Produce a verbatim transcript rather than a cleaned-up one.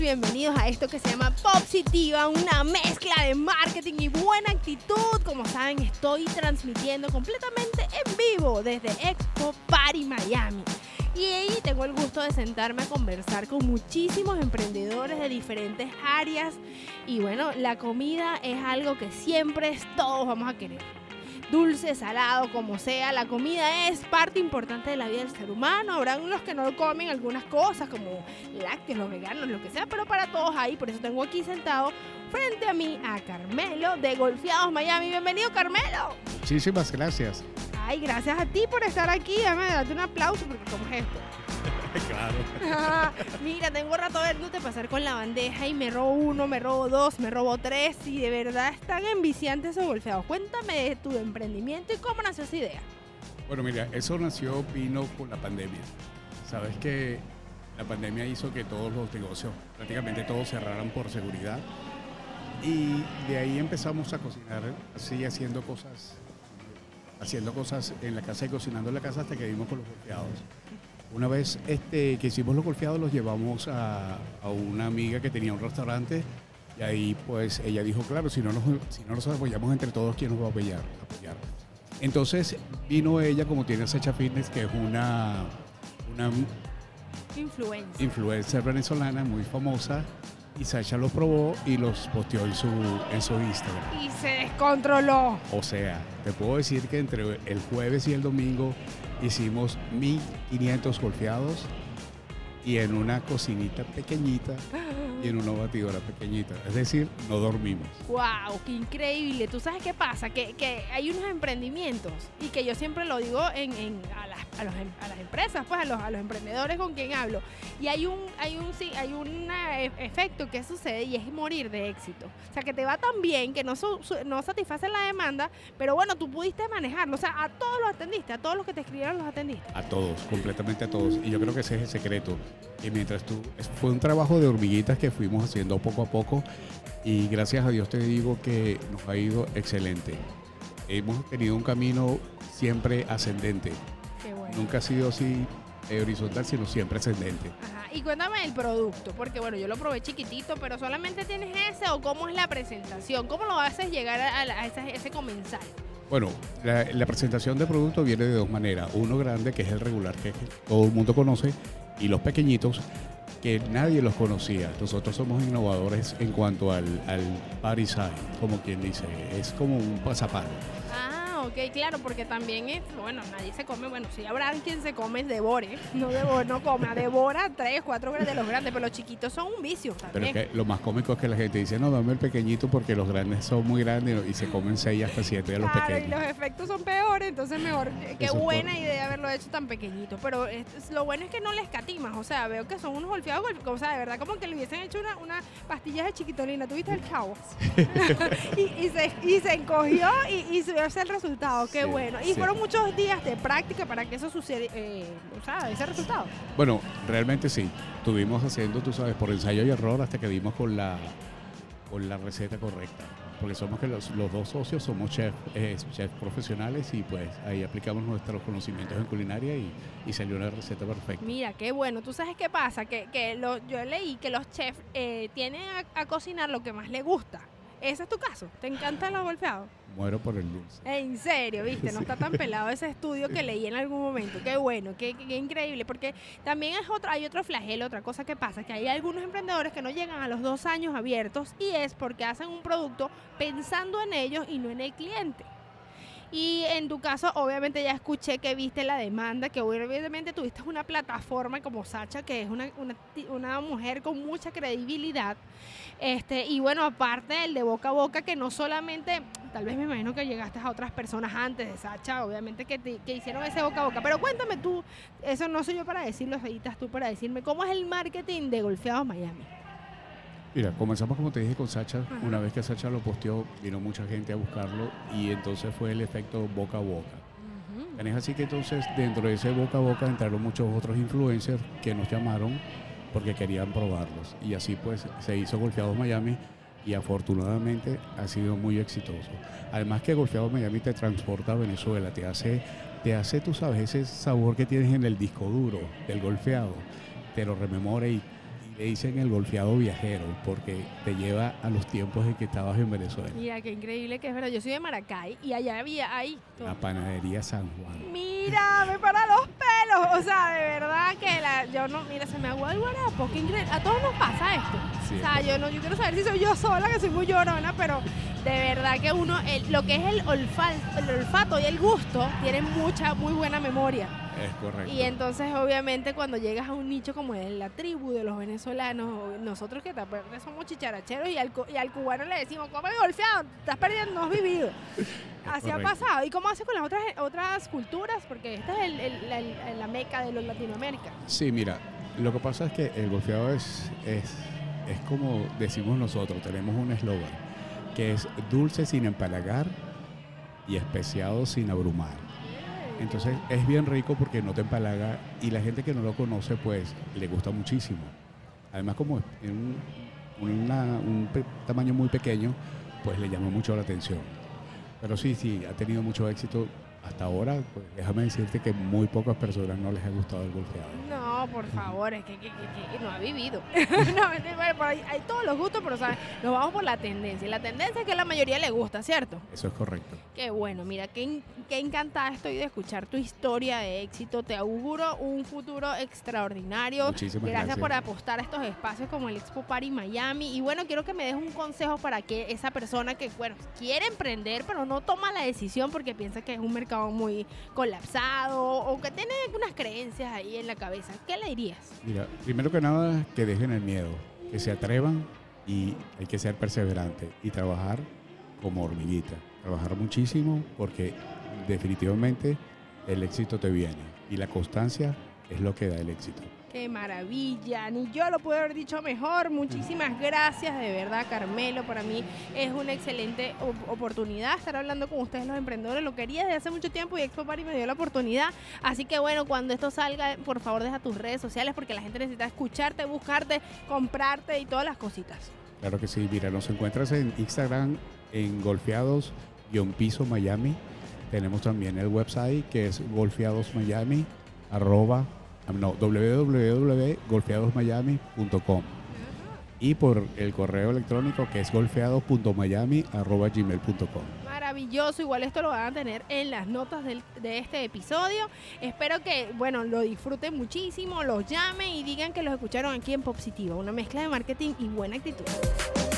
Bienvenidos a esto que se llama Popsitiva, una mezcla de marketing y buena actitud. Como saben, estoy transmitiendo completamente en vivo desde Expo Party Miami. Y ahí tengo el gusto de sentarme a conversar con muchísimos emprendedores de diferentes áreas. Y bueno, la comida es algo que siempre todos vamos a querer. Dulce, salado, como sea, la comida es parte importante de la vida del ser humano. Habrán los que no comen algunas cosas como lácteos, los veganos, lo que sea, pero para todos hay. Por eso tengo aquí sentado frente a mí a Carmelo de Golfeados Miami. Bienvenido, Carmelo. Muchísimas gracias. Ay, gracias a ti por estar aquí. Déjame darte un aplauso porque ¿cómo es esto? Claro. Ah, mira, tengo rato viéndote pasar con la bandeja y me robo uno, me robo dos, me robo tres y de verdad están enviciantes esos golfeados. Cuéntame de tu emprendimiento y cómo nació esa idea. Bueno, mira, eso nació, vino con la pandemia. Sabes que la pandemia hizo que todos los negocios, prácticamente todos cerraran por seguridad y de ahí empezamos a cocinar así, haciendo cosas, haciendo cosas en la casa y cocinando en la casa hasta que dimos con los golfeados. Una vez este, que hicimos los golfeados, los llevamos a, a una amiga que tenía un restaurante y ahí pues ella dijo, claro, si no nos, si no nos apoyamos entre todos, ¿quién nos va a apoyar? apoyar? Entonces vino ella, como tiene Sacha Fitness, que es una, una influencer. influencer venezolana muy famosa, y Sacha los probó y los posteó en su, en su Instagram. Y se descontroló. O sea, te puedo decir que entre el jueves y el domingo hicimos mil quinientos golfeados y en una cocinita pequeñita y en una batidora pequeñita. Es decir, no dormimos. ¡Wow! ¡Qué increíble! ¿Tú sabes qué pasa? Que, que hay unos emprendimientos y que yo siempre lo digo en, en, a, las, a, los, a las empresas, pues a los, a los emprendedores con quien hablo. Y hay un, hay un, sí, hay un efecto que sucede y es morir de éxito. O sea, que te va tan bien que no, su, su, no satisface la demanda, pero bueno, tú pudiste manejarlo. O sea, a todos los atendiste, a todos los que te escribieron los atendiste. A todos, completamente a todos. Y yo creo que ese es el secreto. Y mientras tú, fue un trabajo de hormiguitas que fuimos haciendo poco a poco y gracias a Dios te digo que nos ha ido excelente. Hemos tenido un camino siempre ascendente. Qué bueno. Nunca ha sido así eh, horizontal, sino siempre ascendente. Ajá. Y cuéntame el producto, porque bueno, yo lo probé chiquitito, pero solamente tienes ese o cómo es la presentación, cómo lo haces llegar a, a, ese, a ese comensal. Bueno, la, la presentación de producto viene de dos maneras. Uno grande, que es el regular, que todo el mundo conoce, y los pequeñitos, que nadie los conocía. Nosotros somos innovadores en cuanto al, al party size, como quien dice, es como un pasapalo. Ah, ok, claro, porque también es, bueno, nadie se come, bueno, si habrá quien se come, devore, no devora, no come, devora tres, cuatro de los grandes, pero los chiquitos son un vicio también. Pero es que lo más cómico es que la gente dice, no, dame el pequeñito porque los grandes son muy grandes y se comen seis hasta siete de los claro, pequeños. Y los efectos son peores, entonces mejor, qué Eso buena por... idea haberlo hecho tan pequeñito, pero es, lo bueno es que no les escatimas, o sea, veo que son unos golfeados, o sea, de verdad como que le hubiesen hecho una, una pastillas de chiquitolina, ¿tuviste el chavo? y, y, se, y se encogió y, y se vio el resultado, qué sí, bueno. Y sí. Fueron muchos días de práctica para que eso sucediera, eh, o sea, ese resultado. Bueno, realmente sí, estuvimos haciendo, tú sabes, por ensayo y error hasta que dimos con la, con la receta correcta. Porque somos que los, los dos socios somos chefs eh, chef profesionales y pues ahí aplicamos nuestros conocimientos en culinaria y, y salió una receta perfecta. Mira, qué bueno. ¿Tú sabes qué pasa? Que, que lo, yo leí que los chefs eh, tienen a, a cocinar lo que más les gusta. ¿Ese es tu caso? ¿Te encantan los golfeados? Muero por el dulce. En serio, ¿viste? No sí. Está tan pelado ese estudio que leí en algún momento. Qué bueno, qué, qué, qué increíble. Porque también es otro, hay otro flagelo, otra cosa que pasa, que hay algunos emprendedores que no llegan a los dos años abiertos y es porque hacen un producto pensando en ellos y no en el cliente. Y en tu caso, obviamente ya escuché que viste la demanda, que obviamente tuviste una plataforma como Sacha, que es una, una, una mujer con mucha credibilidad. Este, y bueno, aparte del de boca a boca, que no solamente, tal vez me imagino que llegaste a otras personas antes de Sacha, obviamente que, te, que hicieron ese boca a boca. Pero cuéntame tú, eso no soy yo para decirlo, editas tú para decirme, ¿cómo es el marketing de Golfeados Miami? Mira, comenzamos como te dije con Sacha. Ajá. Una vez que Sacha lo posteó, vino mucha gente a buscarlo y entonces fue el efecto boca a boca. Uh-huh. Es así que entonces dentro de ese boca a boca entraron muchos otros influencers que nos llamaron porque querían probarlos. Y así pues se hizo Golfeados Miami y afortunadamente ha sido muy exitoso. Además que Golfeados Miami te transporta a Venezuela, te hace, te hace, tú sabes, ese sabor que tienes en el disco duro del golfeado, te lo rememora y Le dicen el golfeado viajero porque te lleva a los tiempos en que estabas en Venezuela. Mira, qué increíble que es verdad. Yo soy de Maracay y allá había ahí. todo. La panadería San Juan. Mira, me para los pelos. O sea, de verdad que la, yo no, mira, se me aguó el guarapo. Qué increíble. A todos nos pasa esto. Sí, o sea, yo no, yo quiero saber si soy yo sola, que soy muy llorona, pero de verdad que uno, el, lo que es el olfato, el olfato y el gusto, tienen mucha, muy buena memoria. Es correcto. Y entonces, obviamente, cuando llegas a un nicho como es la tribu de los venezolanos, nosotros que también somos chicharacheros y al, y al cubano le decimos, come golfeado, estás perdiendo, no has vivido. Así correcto. ha pasado. ¿Y cómo hace con las otras otras culturas? Porque esta es el, el, el- la meca de los Latinoamérica. Sí, mira, lo que pasa es que el golfeado es, es, es como decimos nosotros, tenemos un eslogan, que es dulce sin empalagar y especiado sin abrumar. Entonces es bien rico porque no te empalaga y la gente que no lo conoce pues le gusta muchísimo. Además como es en un, una- un pe- tamaño muy pequeño pues le llama mucho la atención. Pero sí, sí, ha tenido mucho éxito hasta ahora. Pues déjame decirte que muy pocas personas no les ha gustado el golfeado. No, por favor, es que, que, que- que no ha vivido. No, mentira, bueno, por ahí hay todos los gustos, pero ¿sabes? Nos vamos por la tendencia. Y la tendencia es que a la mayoría le gusta, ¿cierto? Eso es correcto. Qué bueno, mira, qué, en- qué encantada estoy de escuchar tu historia de éxito. Te auguro un futuro extraordinario. Muchísimas Gracias gracias. por apostar a estos espacios como el Expo Party Miami. Y bueno, quiero que me des un consejo para que esa persona que, bueno, quiere emprender, pero no toma la decisión porque piensa que es un mercado muy colapsado o que tiene unas creencias ahí en la cabeza. ¿Qué le dirías? Mira, primero que nada, que dejen el miedo, que se atrevan y hay que ser perseverante y trabajar como hormiguita. Trabajar muchísimo porque definitivamente el éxito te viene y la constancia es lo que da el éxito. Qué maravilla, ni yo lo puedo haber dicho mejor. Muchísimas gracias, de verdad, Carmelo. Para mí es una excelente op- oportunidad estar hablando con ustedes, los emprendedores. Lo quería desde hace mucho tiempo y Expo Party me dio la oportunidad. Así que bueno, cuando esto salga, por favor, deja tus redes sociales porque la gente necesita escucharte, buscarte, comprarte y todas las cositas. Claro que sí, mira, nos encuentras en Instagram en golfeados-piso Miami. Tenemos también el website que es golfeadosmiami, arroba, no, w w w punto golfeados miami punto com y por el correo electrónico que es golfeados punto miami arroba gmail punto com. Maravilloso, igual esto lo van a tener en las notas del- de este episodio. Espero que, bueno, lo disfruten muchísimo, los llamen y digan que los escucharon aquí en Positiva, una mezcla de marketing y buena actitud.